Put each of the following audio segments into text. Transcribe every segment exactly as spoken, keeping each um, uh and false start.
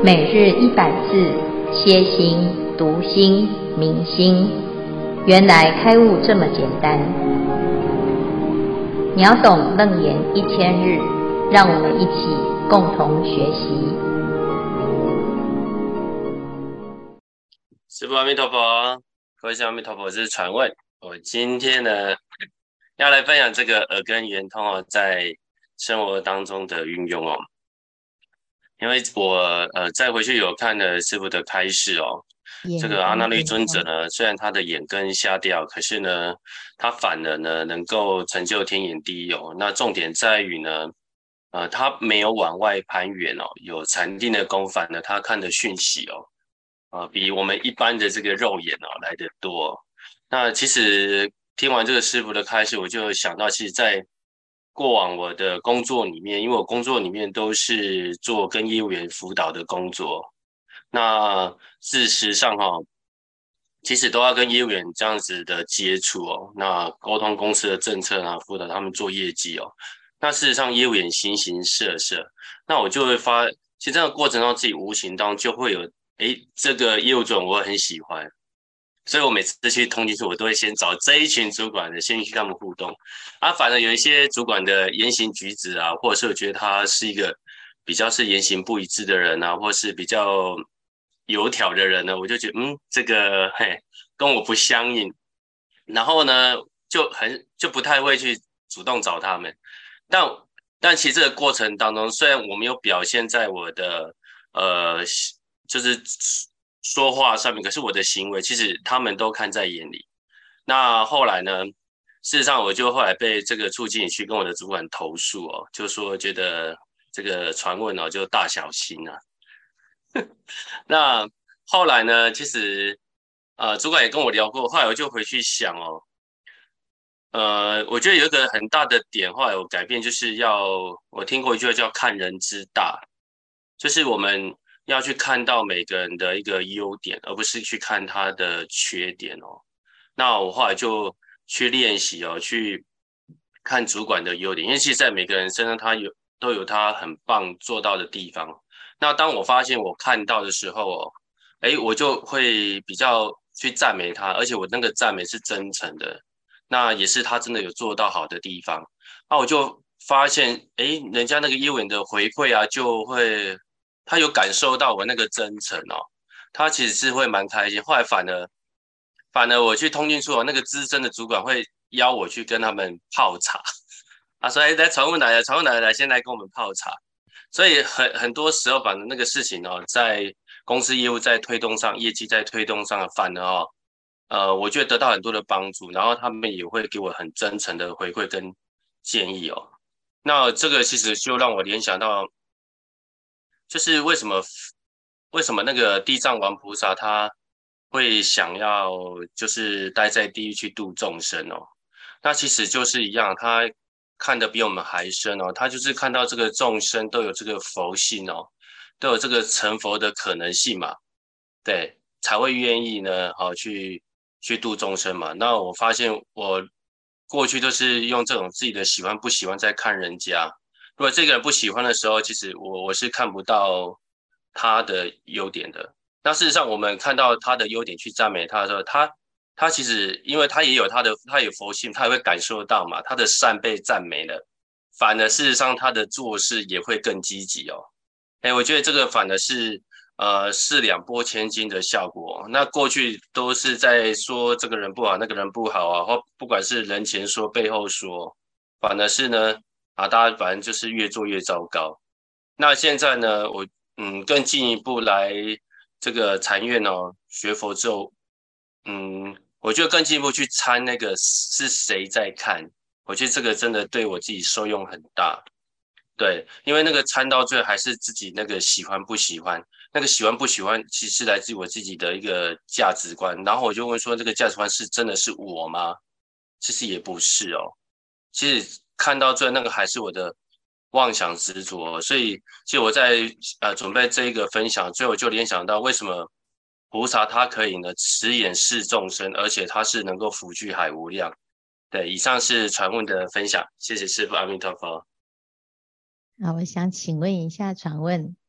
每日一百字，歇心、读心、明心，原来开悟这么简单。秒懂楞严一千日，让我们一起共同学习。 师父阿弥陀佛，各位师父阿弥陀佛，我是传问。我今天呢要来分享这个耳根圆通哦，在生活当中的运用哦。因为我呃再回去有看了师父的开示哦，这个阿那律尊者呢，虽然他的眼根瞎掉，可是呢，他反而呢能够成就天眼第一哦。那重点在于呢，呃，他没有往外攀援哦，有禅定的功，反而他看的讯息哦，呃，比我们一般的这个肉眼哦来得多。那其实听完这个师父的开示，我就想到，其实在过往我的工作里面，因为我工作里面都是做跟业务员辅导的工作，那事实上哈、哦，其实都要跟业务员这样子的接触哦，那沟通公司的政策啊，辅导他们做业绩哦。那事实上业务员形形色色，那我就会发，其实这个过程中自己无形当中就会有，诶，这个业务主管我很喜欢。所以我每次去通知书，我都会先找这一群主管的，先去跟他们互动。啊，反而有一些主管的言行举止啊，或者是我觉得他是一个比较是言行不一致的人啊，或是比较油条的人呢，我就觉得嗯，这个嘿跟我不相应。然后呢，就很就不太会去主动找他们。但但其实这个过程当中，虽然我没有表现在我的呃，就是说话上面，可是我的行为其实他们都看在眼里。那后来呢，事实上我就后来被这个处经理去跟我的主管投诉哦，就说觉得这个传闻哦就大小心啊。那后来呢，其实呃主管也跟我聊过，后来我就回去想哦，呃，我觉得有一个很大的点，后来我改变，就是要我听过一句话叫“看人之大”，就是我们要去看到每个人的一个优点，而不是去看他的缺点哦。那我后来就去练习哦，去看主管的优点，因为其实在每个人身上，他有都有他很棒做到的地方。那当我发现我看到的时候哦，诶，我就会比较去赞美他，而且我那个赞美是真诚的。那也是他真的有做到好的地方。那我就发现，诶，人家那个业务员的回馈啊，就会他有感受到我那个真诚哦，他其实是会蛮开心。后来反而反而我去通讯处，那个资深的主管会邀我去跟他们泡茶。他说：“哎，来传问来了，传问来了，先来跟我们泡茶。”所以很很多时候，反正那个事情哦，在公司业务在推动上，业绩在推动上，反而哦。呃，我觉得得到很多的帮助，然后他们也会给我很真诚的回馈跟建议哦。那这个其实就让我联想到，就是为什么为什么那个地藏王菩萨他会想要就是待在地狱去度众生哦？那其实就是一样，他看得比我们还深哦，他就是看到这个众生都有这个佛性哦，都有这个成佛的可能性嘛，对，才会愿意呢，好去去度众生嘛。那我发现我过去都是用这种自己的喜欢不喜欢在看人家。如果这个人不喜欢的时候，其实我我是看不到他的优点的。那事实上，我们看到他的优点去赞美他的时候，他他其实因为他也有他的他有佛性，他也会感受到嘛，他的善被赞美了，反而事实上他的做事也会更积极哦。哎，我觉得这个反而是呃是两拨千斤的效果。那过去都是在说这个人不好，那个人不好啊，或不管是人前说背后说，反而是呢啊，大家反正就是越做越糟糕。那现在呢，我嗯更进一步来这个禅院哦，学佛之后，嗯，我觉得更进一步去参那个是谁在看，我觉得这个真的对我自己受用很大。对，因为那个参到最后还是自己那个喜欢不喜欢，那个喜欢不喜欢，其实是来自于我自己的一个价值观。然后我就问说，这个价值观是真的是我吗？其实也不是哦，其实看到最后那个还是我的妄想执着。所以，其实我在呃准备这一个分享，最后就联想到为什么菩萨他可以呢慈眼视众生，而且他是能够福聚海无量。对，以上是传问的分享，谢谢师父，阿弥陀佛。 啊，我想请问一下，传问，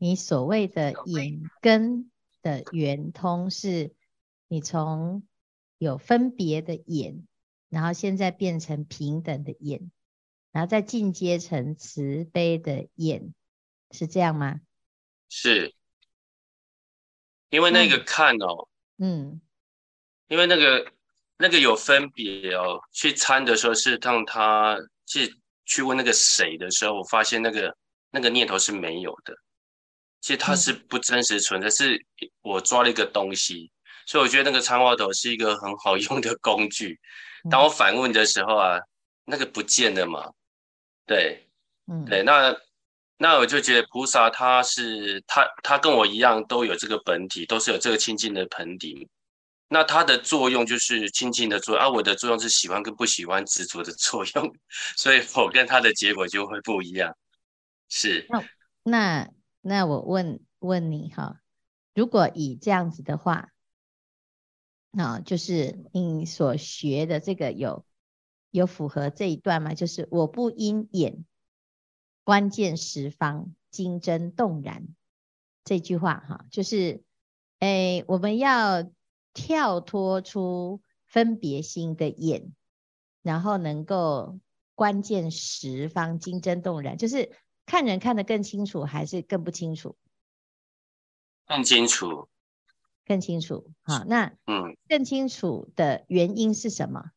你所谓的眼根的圆通，是你从有分别的眼，然后现在变成平等的眼，然后再进阶成慈悲的眼，是这样吗？ 是，因为那个看哦， 嗯， 因为那个那个有分别哦，去参的时候是让他去去问那个谁的时候，我发现那个那个念头是没有的，其实它是不真实存在，是我抓了一个东西，所以我觉得那个参话头是一个很好用的工具。当我反问的时候啊，那个不见了嘛，对， 嗯， 对，那那我就觉得菩萨他是他他跟我一样都有这个本体，都是有这个清净的本体。那它的作用就是清净的作用，而、啊、我的作用是喜欢跟不喜欢执着的作用，所以我跟它的结果就会不一样。是， 那那那我问问你哈，如果以这样子的话，啊，就是你所学的这个有有符合这一段吗？就是我不因眼关键十方金针动然这句话哈，就是诶，我们要跳脱出分别心的眼，然后能够关键十方金针动然，就是看人看得更清楚还是更不清楚？ 更清楚， 更清楚。好，那嗯，更清楚的原因是什么？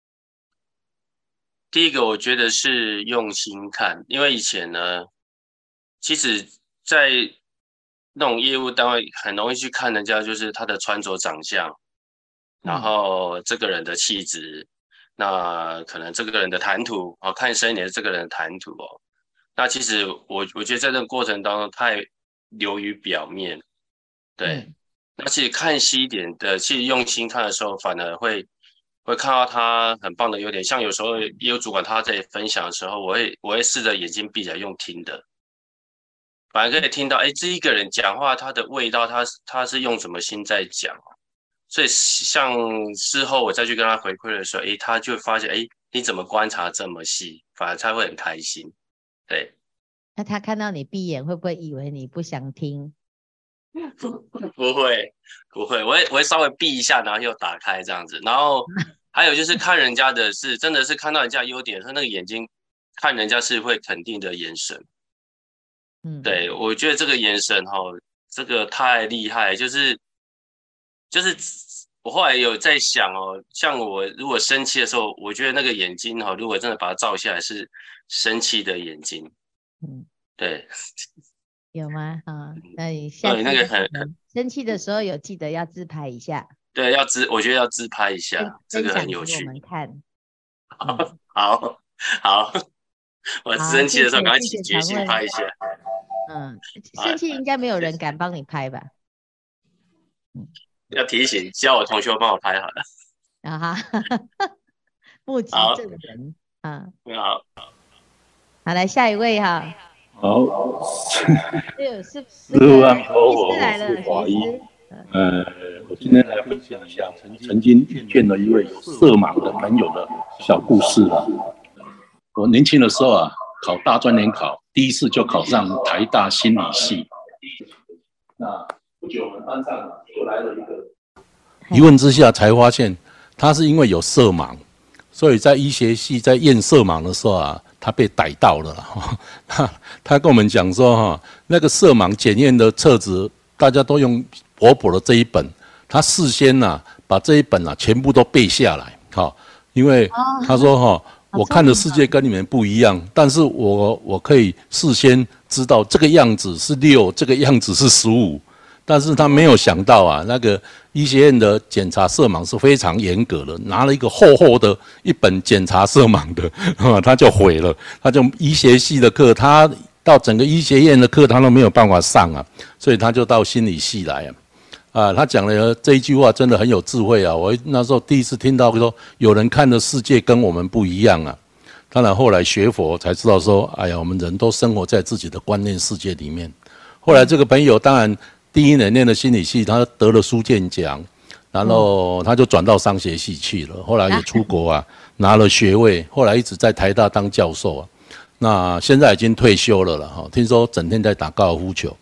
第一个我觉得是用心看，因为以前呢，其实在那种业务单位很容易去看人家就是他的穿着长相，然后这个人的气质，那可能这个人的谈吐哦，看深一点这个人的谈吐哦。那其实我我觉得在这个过程当中太流于表面，对。嗯、那其实看细一点的，其实用心看的时候，反而会会看到他很棒的优点。像有时候也有主管他在分享的时候，我会我会试着眼睛闭起来用听的。反而可以听到，哎，这一个人讲话，他的味道，他他是用什么心在讲，所以像事后我再去跟他回馈的时候，哎，他就发现，哎，你怎么观察这么细，反而他会很开心，对。 那他看到你闭眼，会不会以为你不想听？ 不不会不会，我会我会稍微闭一下，然后又打开这样子，然后还有就是看人家的是，真的是看到人家优点，他那个眼睛看人家是会肯定的眼神。嗯，对，我觉得这个眼神哈，这个太厉害，就是就是我后来有在想哦，像我如果生气的时候，我觉得那个眼睛哈，如果真的把它照下来是生气的眼睛，嗯，对， 有吗？啊，那你下次那个很生气的时候有记得要自拍一下， 对，要自我觉得要自拍一下，这个很有趣， 我们看， 好，好，好。我生气的时候，赶快起决心拍一下。 嗯，生气应该没有人敢帮你拍吧？ 嗯，要提醒，叫我同学帮我拍好了。 啊哈，目击证人啊。 好， 好，来下一位哈。 好， 对，是师父安佛， 我是华医。呃，我今天来分享一下曾经遇见了一位色盲的朋友的小故事啊。我年轻的时候啊，考大专联考，第一次就考上台大心理系。那不久，我们班上又来了一个。一问之下才发现，他是因为有色盲，所以在医学系在验色盲的时候啊，他被逮到了。他他跟我们讲说哈，那个色盲检验的册子，大家都用薄薄的这一本，他事先呐、啊、把这一本啊全部都背下来，好，因为他说哈。我看的世界跟你们不一样，但是我我可以事先知道这个样子是六，这个样子是十五，但是他没有想到啊，那个医学院的检查色盲是非常严格的，拿了一个厚厚的一本检查色盲的，啊，他就毁了，他就医学系的课，他到整个医学院的课他都没有办法上啊，所以他就到心理系来啊。啊，他讲了这一句话真的很有智慧啊！我那时候第一次听到说有人看的世界跟我们不一样啊。当然后来学佛才知道说，哎呀，我们人都生活在自己的观念世界里面。后来这个朋友当然第一年念的心理系，他得了书卷奖，然后他就转到商学系去了。后来也出国啊，拿了学位，后来一直在台大当教授啊。那现在已经退休了了哈，听说整天在打高尔夫球。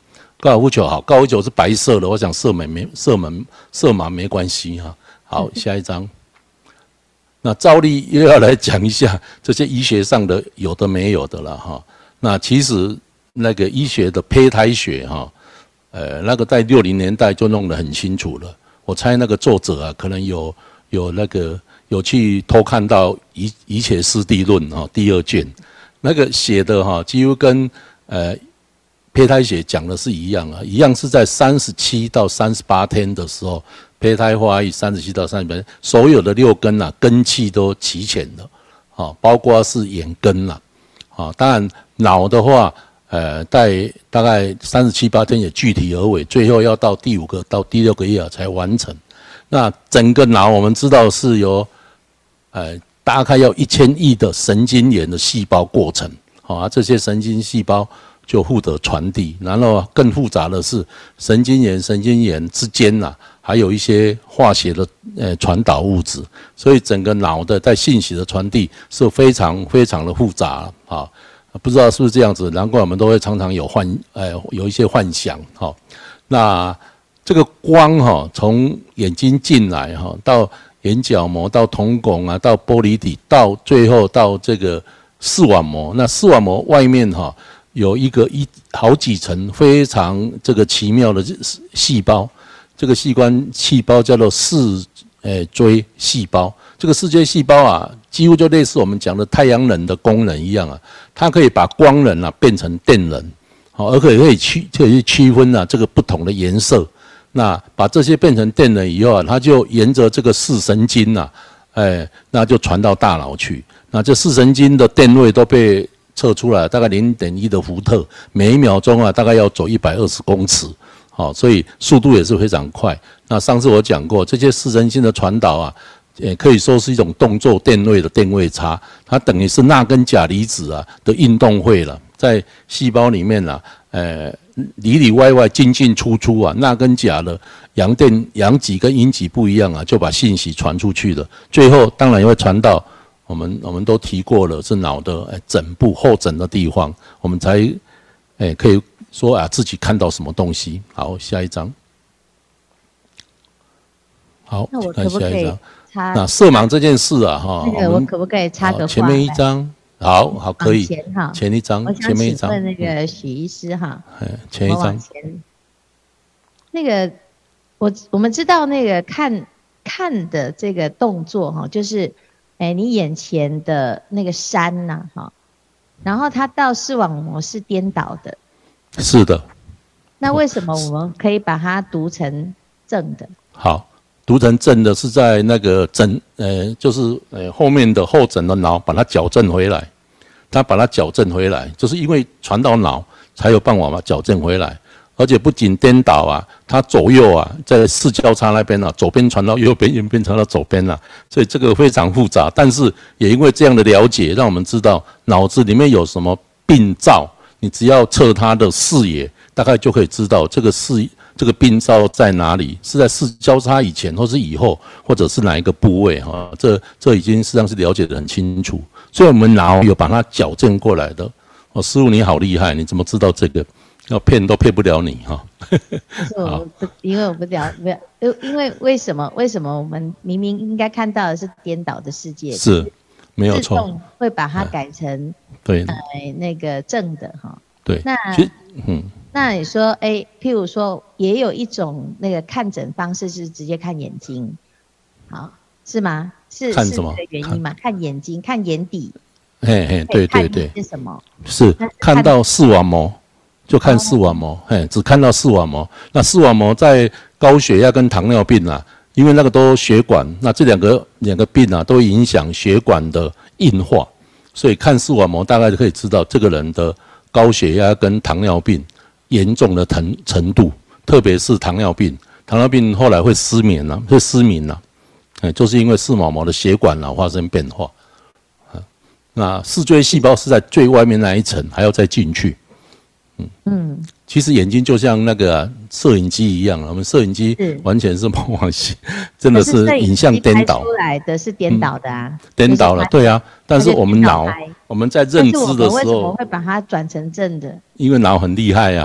高尔夫球好，高尔夫球是白色的，我想射门没射门射满没关系哈。好，下一张。那照例又要来讲一下这些医学上的有的没有的了哈。那其实那个医学的胚胎学哈，呃，那个在六零年代就弄得很清楚了。我猜那个作者啊，可能有有那个有去偷看到以以切斯蒂论哈第二卷，那个写的哈几乎跟呃。胚胎学讲的是一样啊，一样是在三十七到三十八天的时候，胚胎发育三十七到三十八天，所有的六根啊根器都齐全了，啊，包括是眼根啦，啊，当然脑的话，呃，在大概三十七八天也具体而为，最后要到第五个到第六个月才完成。那整个脑我们知道是由，呃，大概要一千亿的神经元的细胞构成，啊，这些神经细胞。就负责传递，然后更复杂的是神经元、神经元之间呐、啊，还有一些化学的呃传导物质，所以整个脑的在信息的传递是非常非常的复杂啊。不知道是不是这样子？难怪我们都会常常有幻呃有一些幻想哈、哦。那这个光哈、哦，从眼睛进来哈、哦，到眼角膜、到瞳孔啊，到玻璃体，到最后到这个视网膜。那视网膜外面哈、哦。有一个一好几层非常这个奇妙的细胞，这个器官细胞叫做视诶锥细胞。这个视锥细胞啊，几乎就类似我们讲的太阳能的功能一样啊，它可以把光能啊变成电能，好，而且可以区可以区分啊这个不同的颜色。那把这些变成电能以后啊，它就沿着这个视神经啊，哎，那就传到大脑去。那这视神经的电位都被测出来大概 零点一 的伏特，每一秒钟啊大概要走一百二十公尺，好，所以速度也是非常快。那上次我讲过，这些视神经的传导啊，也可以说是一种动作电位的电位差，它等于是钠跟钾离子啊的运动会了，在细胞里面啊，呃里里外外进进出出啊，钠跟钾的阳电阳极跟阴极不一样啊，就把信息传出去了，最后当然也会传到。我们我们都提过了，是脑的诶枕部后枕的地方，我们才诶可以说啊自己看到什么东西。好，下一张。好， 那我可不可以插？ 那色盲这件事啊，哈， 那个我可不可以插个话？ 前面一张，好好可以。 前哈， 前一张，前面一张。 我想请问那个许医师哈， 嗯，前一张。 那个我我们知道那个看看的这个动作哈，就是。哎，你眼前的那个山呐、啊，哈，然后它到视网膜是颠倒的， 是的。 那为什么我们可以把它读成正的？ 好，读成正的是在那个枕，呃，就是呃后面的后枕的脑把它矫正回来，它把它矫正回来，就是因为传到脑才有办法把它矫正回来。而且不仅颠倒啊，它左右啊，在视交叉那边啊，左边传到右边，右边传到左边啊，所以这个非常复杂。但是也因为这样的了解，让我们知道脑子里面有什么病灶，你只要测它的视野，大概就可以知道这个视这个病灶在哪里，是在视交叉以前，或是以后，或者是哪一个部位哈？这这已经实际上是了解得很清楚。所以我们脑有把它矫正过来的。哦，师父你好厉害，你怎么知道这个？要骗都骗不了你哈！ 是我不，因为我不了，不，因因为为什么？为什么我们明明应该看到的是颠倒的世界？ 是，没有错。 自动会把它改成对， 呃，那个正的哈。 对。 那嗯， 那你说，哎，譬如说，也有一种那个看诊方式是直接看眼睛，好，是吗？是看什么？ 是这个原因嘛？看眼睛，看眼底。 嘿嘿，对对对。 是什么？ 是看到视网膜。就看视网膜，嘿，只看到视网膜。那视网膜在高血压跟糖尿病啊，因为那个都血管，那这两个两个病啊，都影响血管的硬化，所以看视网膜大概就可以知道这个人的高血压跟糖尿病严重的程程度，特别是糖尿病，糖尿病后来会失眠啊，会失明啊，哎，就是因为视网膜的血管啊发生变化。那视锥细胞是在最外面那一层，还要再进去。嗯，其实眼睛就像那个摄影机一样，我们摄影机完全是模仿性，真的是影像颠倒。 出来的是颠倒的啊， 颠倒了，对啊。但是我们脑，我们在认知的时候， 为什么会把它转成正的？ 因为脑很厉害啊，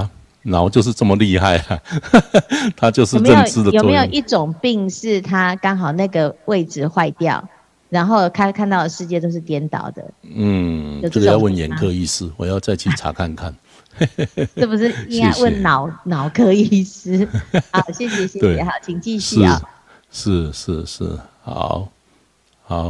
脑就是这么厉害啊，它就是认知的作用。 有没有有没有一种病是它刚好那个位置坏掉，然后看看到的世界都是颠倒的？ 嗯，这个要问眼科医师，我要再去查看看。 是不是应该问脑脑科医师？好，谢谢谢谢，好，请继续啊。 是是是，好，好，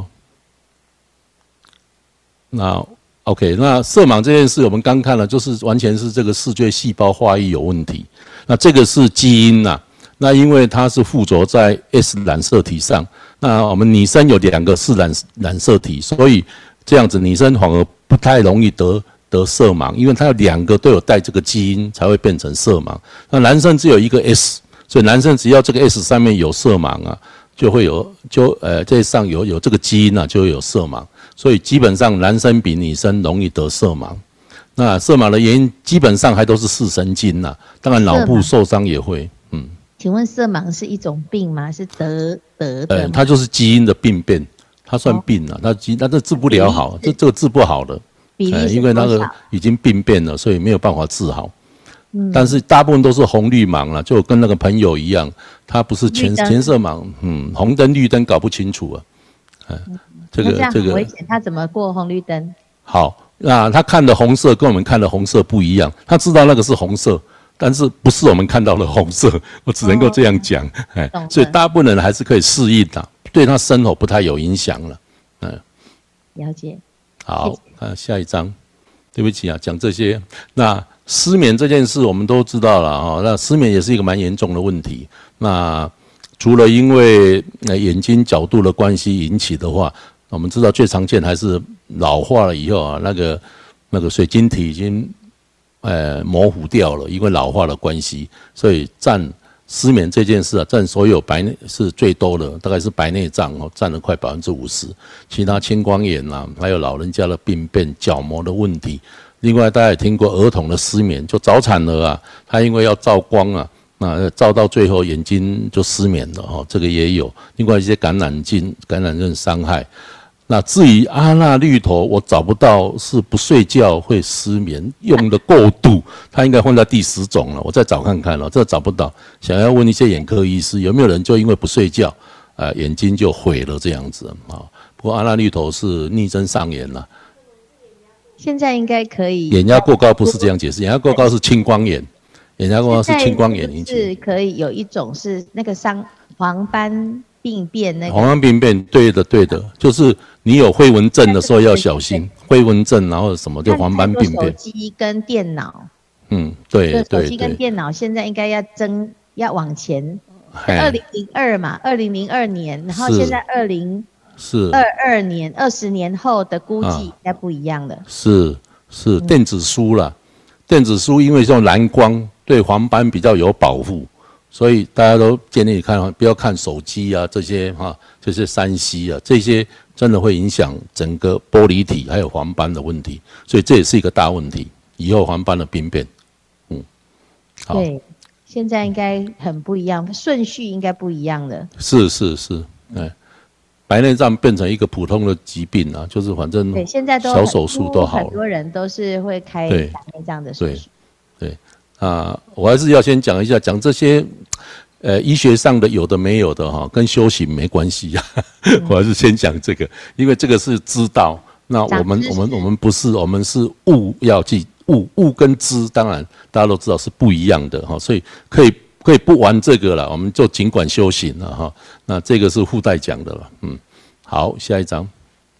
那 OK， 那色盲这件事我们刚看了，就是完全是这个视觉细胞发育有问题。那这个是基因呐、啊，那因为它是附着在 S 染色体上，那我们女生有两个是染染色体，所以这样子女生反而不太容易得得色盲，因为它有两个都有带这个基因才会变成色盲。那男生只有一个 S。所以男生只要这个 S 上面有色盲啊，就会有就呃这上有有这个基因啊，就会有色盲。所以基本上男生比女生容易得色盲。那色盲的原因基本上还都是视神经呐、啊，当然脑部受伤也会。嗯， 请问色盲是一种病吗？是得得的？ 呃，它就是基因的病变，它算病啊，它基但这治不了好，这这个治不好的， 比例呃，因为那个已经病变了，所以没有办法治好。 嗯、 但是大部分都是红绿盲了，就跟那个朋友一样，他不是前前色盲，嗯，红灯绿灯搞不清楚啊，嗯，这个这个危险，他怎么过红绿灯？ 好，那他看的红色跟我们看的红色不一样，他知道那个是红色，但是不是我们看到的红色，我只能够这样讲，哎、哦，所以大部分人还是可以适应的，对他生活不太有影响了，嗯， 了解。 好，啊，下一章，对不起啊，讲这些那。失眠这件事我们都知道了哈，那失眠也是一个蛮严重的问题。那除了因为眼睛角度的关系引起的话，我们知道最常见还是老化了以后啊，那个那个水晶体已经呃模糊掉了，因为老化的关系，所以占失眠这件事啊，占所有白内是最多的，大概是白内障哦，占了快百分之五十。其他青光眼啊，还有老人家的病变、角膜的问题。另外，大家也听过儿童的失眠，就早产儿啊，他因为要照光啊，那照到最后眼睛就失眠了哈，这个也有。另外一些感染症、感染症伤害。那至于阿那律陀，我找不到是不睡觉会失眠，用的过度，它应该放在第十种了，我再找看看了，这找不到。想要问一些眼科医师，有没有人就因为不睡觉，呃，眼睛就毁了这样子啊？不过阿那律陀是逆增上眼了。 现在应该可以。 眼压过高不是这样解释，眼压过高是青光眼，眼压过高是青光眼引起。 是可以有一种是那个伤黄斑病变那个。 黄斑病变，对的对的，就是你有飞蚊症的时候要小心，飞蚊症然后什么就黄斑病变。 手机跟电脑。 嗯，对对对。 手机跟电脑现在应该要增要往前。二零零二嘛，二零零二年，然后现在二零。 是二二年、二十年后的估计应该不一样了。啊、 是是电子书啦，电子书因为用蓝光对黄斑比较有保护，所以大家都建议你看，不要看手机啊这些哈、啊，这些三 C 啊，这些真的会影响整个玻璃体还有黄斑的问题，所以这也是一个大问题。以后黄斑的病变，嗯，好， 对，现在应该很不一样，顺序应该不一样了。 是是是，哎。白内障变成一个普通的疾病啊，就是反正对现在都小手术都好了， 很多人都是会开白内障的手术。 对，对啊，我还是要先讲一下，讲这些呃医学上的有的没有的哈，跟修行没关系啊。嗯、我还是先讲这个，因为这个是知道。那我们我们我们不是，我们是悟，要记悟悟跟知，当然大家都知道是不一样的哈，所以可以。可以不玩这个了，我们就尽管修行了哈。那这个是附带讲的了，嗯，好，下一章。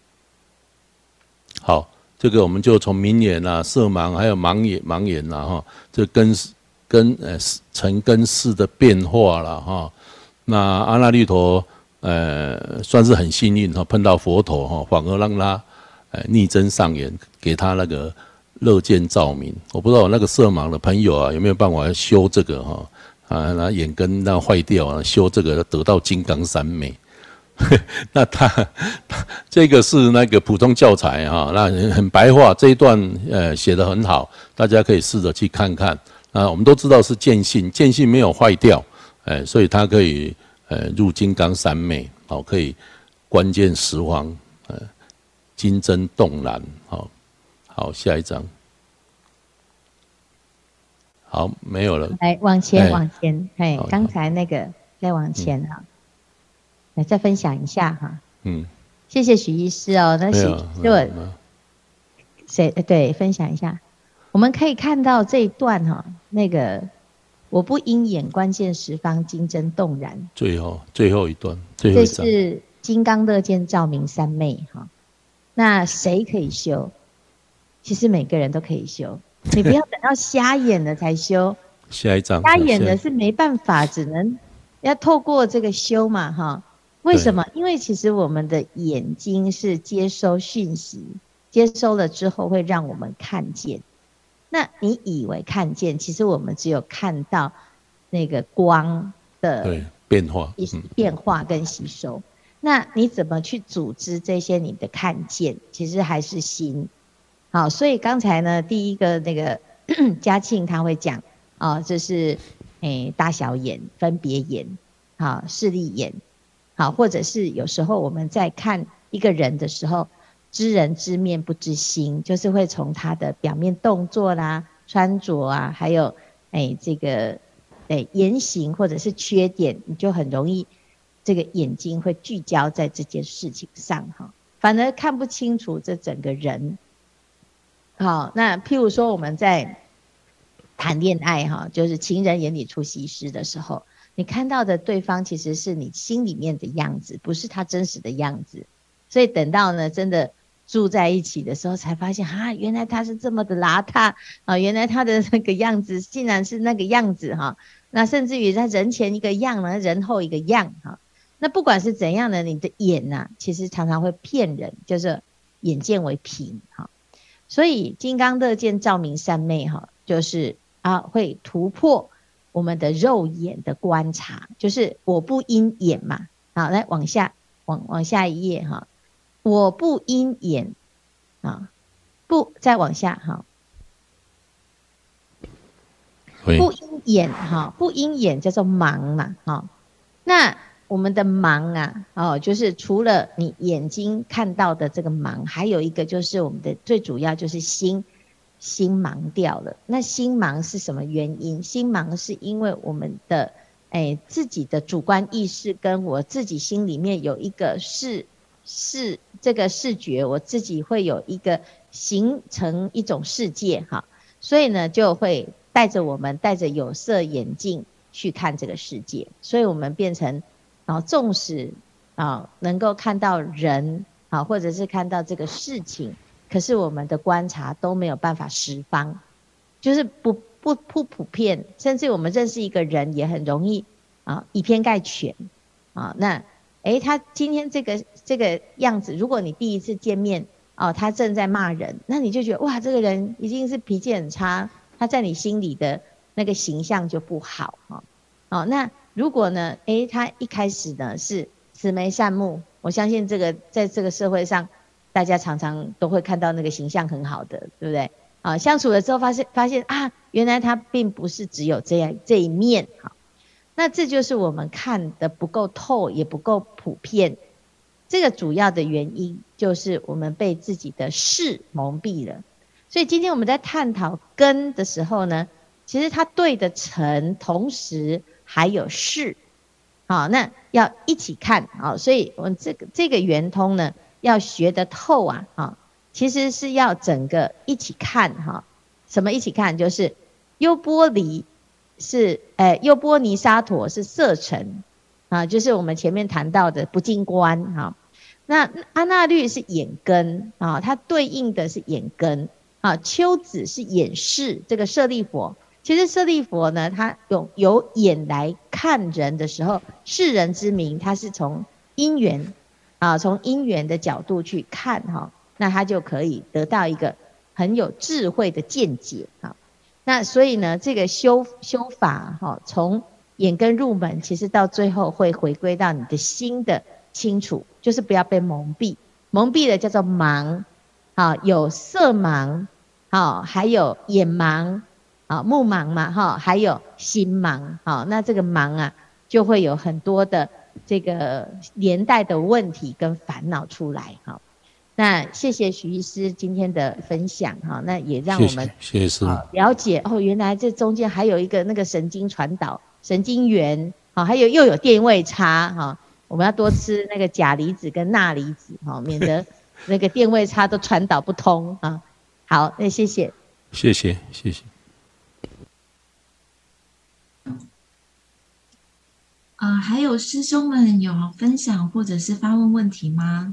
好，这个我们就从明眼啊、色盲还有盲眼、盲眼啦哈，这根根呃尘根识的变化了哈。那阿那律陀呃算是很幸运哈，碰到佛陀哈，反而让他呃逆增上眼，给他那个乐见照明。我不知道我那个色盲的朋友啊有没有办法修这个哈。啊，那眼根那坏掉啊，修这个得到金刚三昧，那他这个是那个普通教材哈、啊，那很白话，这一段呃写得很好，大家可以试着去看看。啊，我们都知道是见性，见性没有坏掉，哎，所以它可以呃入金刚三昧，好，可以观见十方，呃，金针动然，好，好，下一章。 好，没有了。 来往前， 哎往前，哎好， 刚才那个再往前哈，来再分享一下哈。 嗯， 谢谢许医师哦，那许没有， 医师我没有，没有。 谁对分享一下？我们可以看到这一段哈，那个我不应眼关键十方金针动然， 最后最后一段，最后这一章。 是金刚乐见照明三昧哈。那谁可以修？其实每个人都可以修，你不要等到瞎眼了才修。 下一章。 瞎眼下一的是没办法，只能要透过这个修嘛哈。为什么？因为其实我们的眼睛是接收讯息，接收了之后会让我们看见。那你以为看见，其实我们只有看到那个光的对变化、 嗯、变化跟吸收。那你怎么去组织这些你的看见？其实还是心。好，所以刚才呢，第一个那个嘉庆他会讲啊，这是诶大小眼、分别眼、好视力眼，好，或者是有时候我们在看一个人的时候，知人知面不知心，就是会从他的表面动作啦、穿着啊，还有诶这个诶言行或者是缺点，你就很容易这个眼睛会聚焦在这件事情上哈，反而看不清楚这整个人。好，那譬如说我们在谈恋爱哈，就是情人眼里出西施的时候，你看到的对方其实是你心里面的样子，不是他真实的样子。所以等到呢真的住在一起的时候，才发现啊，原来他是这么的邋遢啊，原来他的那个样子竟然是那个样子哈。那甚至于他人前一个样呢，人后一个样哈。那不管是怎样的，你的眼啊，其实常常会骗人，就是眼见为凭哈。所以金刚乐见照明三昧哈，就是啊会突破我们的肉眼的观察，就是我不因眼嘛。好，来往下往往下一页哈，我不因眼啊，不再往下哈，不因眼哈，不因眼叫做盲嘛哈。那我们的盲啊，哦，就是除了你眼睛看到的这个盲，还有一个就是我们的最主要就是心，心盲掉了。那心盲是什么原因？心盲是因为我们的哎自己的主观意识跟我自己心里面有一个视视这个视觉，我自己会有一个形成一种世界哈，所以呢就会带着我们戴着有色眼镜去看这个世界，所以我们变成。啊，纵使啊能够看到人啊，或者是看到这个事情，可是我们的观察都没有办法十方，就是不不不普遍，甚至我们认识一个人也很容易啊以偏概全啊。那诶，他今天这个这个样子，如果你第一次见面哦，他正在骂人，那你就觉得哇，这个人一定是脾气很差，他在你心里的那个形象就不好啊。哦，那。如果呢，诶，他一开始呢是慈眉善目，我相信这个在这个社会上，大家常常都会看到那个形象很好的，对不对？啊，相处了之后发现发现啊，原来他并不是只有这样这一面，好，那这就是我们看的不够透，也不够普遍。这个主要的原因就是我们被自己的视蒙蔽了。所以今天我们在探讨根的时候呢，其实它对的成，同时。还有视，好，那要一起看啊，所以我们这个这个圆通呢，要学得透啊，啊，其实是要整个一起看哈。什么一起看？就是优波离是，诶，优波尼沙陀是色尘啊，就是我们前面谈到的不净观哈。那阿那律是眼根啊，它对应的是眼根啊。丘子是眼视，这个舍利佛。其实舍利佛呢，他有有眼来看人的时候，视人之明，他是从因缘啊，从因缘的角度去看哈，那他就可以得到一个很有智慧的见解啊。那所以呢，这个修修法哈，从眼根入门，其实到最后会回归到你的心的清楚，就是不要被蒙蔽，蒙蔽的叫做盲啊，有色盲啊，还有眼盲。啊，目盲嘛，哈，还有心盲，好，那这个盲啊，就会有很多的这个连带的问题跟烦恼出来，哈。 那谢谢许医师今天的分享哈，那也让我们谢谢谢谢师父了解哦，原来这中间还有一个那个神经传导、神经元，好，还有又有电位差哈，我们要多吃那个钾离子跟钠离子哈，免得那个电位差都传导不通啊。好，那谢谢， 谢谢谢谢。 呃，还有师兄们有分享或者是发问问题吗？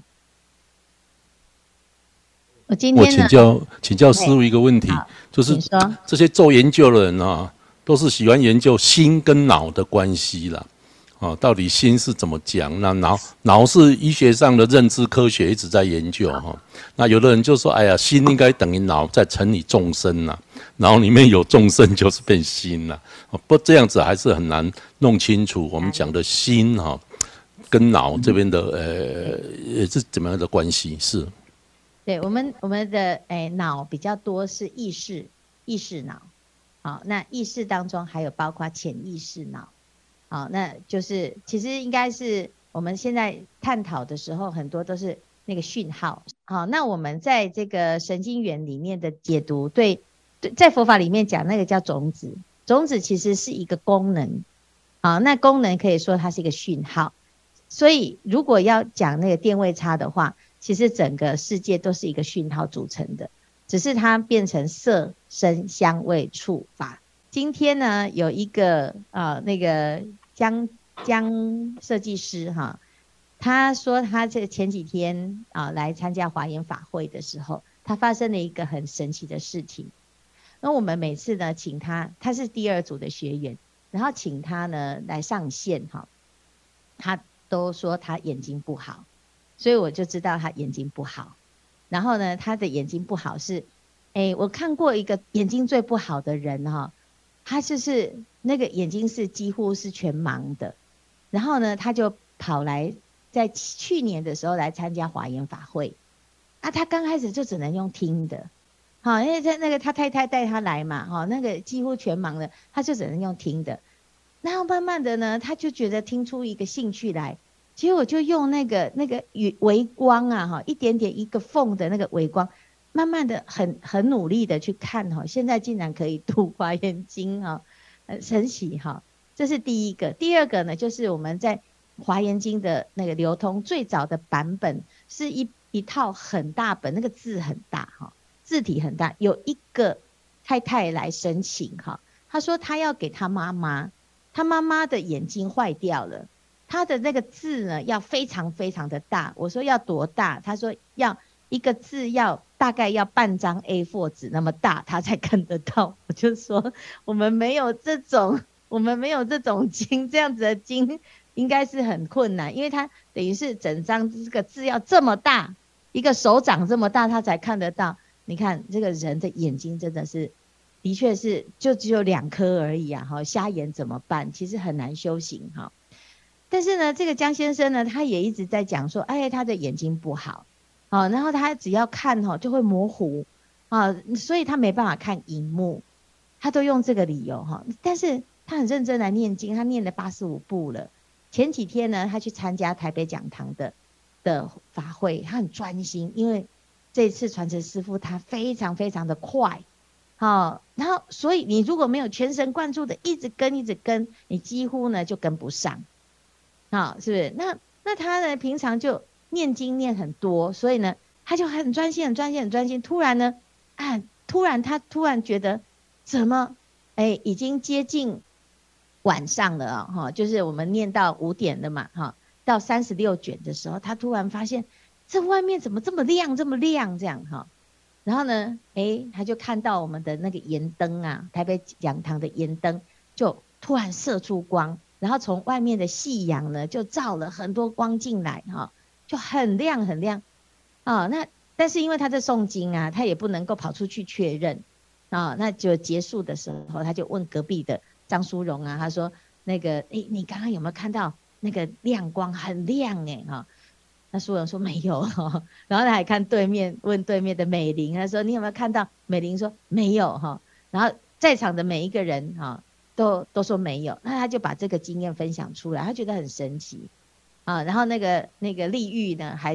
我今天我请教请教师父一个问题，就是这些做研究的人啊，都是喜欢研究心跟脑的关系啦。哦，到底心是怎么讲？那脑脑是医学上的认知科学一直在研究哈、哦。那有的人就说，哎呀，心应该等于脑再乘以众生呐，脑里面有众生就是变心啦。哦，不这样子还是很难弄清楚我们讲的心哈、哦、跟脑这边的呃是怎么样的关系是。 对，我们我们的诶脑比较多是意识意识脑，好，那意识当中还有包括潜意识脑，好，那就是其实应该是我们现在探讨的时候，很多都是那个讯号，好，那我们在这个神经元里面的解读，对对，在佛法里面讲那个叫种子，种子其实是一个功能，好，那功能可以说它是一个讯号，所以如果要讲那个电位差的话。其实整个世界都是一个讯号组成的，只是它变成色、声、香味、触、法。今天呢，有一个呃那个江江设计师哈，他说他这前几天啊、呃、来参加华严法会的时候，他发生了一个很神奇的事情。那我们每次呢请他，他是第二组的学员，然后请他呢来上线哈，他都说他眼睛不好。所以我就知道他眼睛不好，然后呢，他的眼睛不好是，哎，我看过一个眼睛最不好的人哈、哦，他就是那个眼睛是几乎是全盲的，然后呢，他就跑来在去年的时候来参加华严法会，啊，他刚开始就只能用听的，好，因为在那个他太太带他来嘛，哈，那个几乎全盲的，他就只能用听的，然后慢慢的呢，他就觉得听出一个兴趣来。其实我就用那个那个微光啊，哈，一点点一个缝的那个微光，慢慢的很很努力的去看哈，现在竟然可以读华严经哈，很神奇哈。这是第一个，第二个呢，就是我们在华严经的那个流通最早的版本是一一套很大本，那个字很大哈，字体很大。有一个太太来申请哈，她说她要给她妈妈，她妈妈的眼睛坏掉了。他的那个字呢要非常非常的大，我说要多大？他说要一个字要大概要半张 A 四 纸那么大，他才看得到。我就说我们没有这种，我们没有这种经，这样子的经应该是很困难，因为他等于是整张这个字要这么大，一个手掌这么大，他才看得到。你看这个人的眼睛真的是，的确是就只有两颗而已啊！哈，瞎眼怎么办？其实很难修行哈。但是呢，这个江先生呢，他也一直在讲说，哎，他的眼睛不好，哦，然后他只要看哦就会模糊，啊，所以他没办法看荧幕，他都用这个理由哈。但是他很认真来念经，他念了八十五部了。前几天呢，他去参加台北讲堂的的法会，他很专心，因为这次传承师父他非常非常的快，好，然后所以你如果没有全神贯注的一直跟一直跟，你几乎呢就跟不上。好，是不是？那那他呢？平常就念经念很多，所以呢，他就很专心、很专心、很专心。突然呢，啊，突然他突然觉得，怎么，哎，已经接近晚上了啊、哦！哈，就是我们念到五点了嘛，哈，到三十六卷的时候，他突然发现，这外面怎么这么亮，这么亮，这样哈。然后呢，哎，他就看到我们的那个盐灯啊，台北讲堂的盐灯，就突然射出光。然后从外面的夕阳呢，就照了很多光进来哈，就很亮很亮啊。那但是因为他在诵经啊，他也不能够跑出去确认啊。那就结束的时候，他就问隔壁的张淑荣啊，他说：“那个，哎，你刚刚有没有看到那个亮光很亮哎哈？”那淑荣说没有哈。然后他还看对面，问对面的美玲，他说：“你有没有看到？”美玲说没有哈。然后在场的每一个人哈。都都说没有，那他就把这个经验分享出来，他觉得很神奇啊。然后那个那个丽玉呢，还说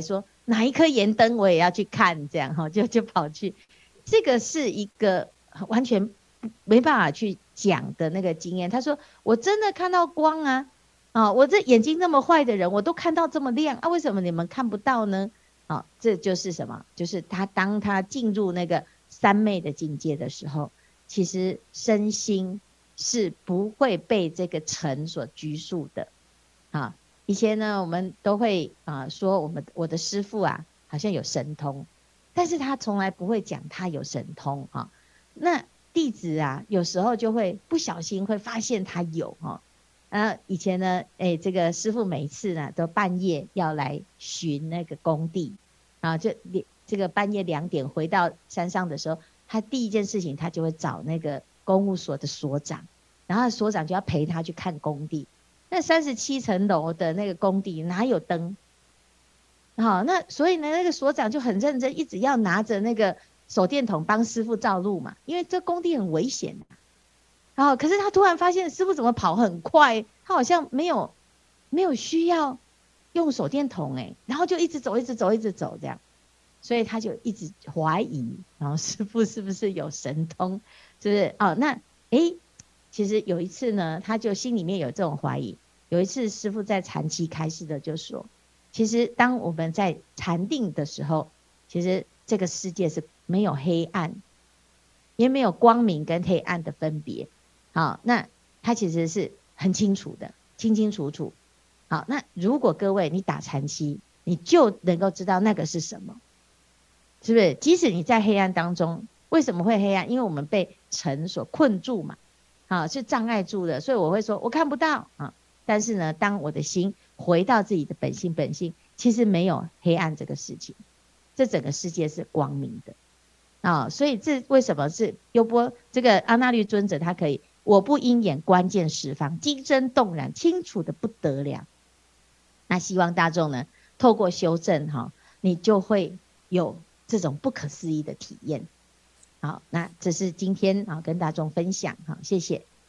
哪一颗盐灯我也要去看，这样哈，就就跑去。这个是一个完全没办法去讲的那个经验。他说我真的看到光啊，啊，我这眼睛那么坏的人，我都看到这么亮啊，为什么你们看不到呢？啊，这就是什么？就是他当他进入那个三昧的境界的时候，其实身心是不会被这个尘所拘束的。啊，以前呢，我们都会啊说我们我的师父啊，好像有神通。但是他从来不会讲他有神通哈、啊，那弟子啊有时候就会不小心会发现他有哈，啊以前呢，哎这个师父每次呢都半夜要来巡那个工地，啊就这个半夜两点回到山上的时候，他第一件事情他就会找那个公务所的所长，然后所长就要陪他去看工地，那三十七层楼的那个工地哪有灯？好，那所以呢，那个所长就很认真，一直要拿着那个手电筒帮师父照路嘛，因为这工地很危险的。然后，可是他突然发现师父怎么跑很快，他好像没有没有需要用手电筒哎，然后就一直走，一直走，一直走这样，所以他就一直怀疑，然后师父是不是有神通，是不是？哦，那哎，其实有一次呢，他就心里面有这种怀疑。有一次师父在禅期开示的就说。其实当我们在禅定的时候，其实这个世界是没有黑暗，也没有光明跟黑暗的分别。好，那它其实是很清楚的，清清楚楚。好，那如果各位你打禅期，你就能够知道那个是什么，是不是？即使你在黑暗当中，为什么会黑暗？因为我们被尘所困住嘛，好，是障碍住的，所以我会说我看不到啊。但是呢，当我的心回到自己的本性，本性其实没有黑暗这个事情，这整个世界是光明的啊、哦。所以这为什么是优波这个阿那律尊者他可以，我不因眼关键十方，精真动然，清楚的不得了。那希望大众呢，透过修正哈、哦，你就会有这种不可思议的体验。好，那这是今天啊跟大众分享哈，谢谢。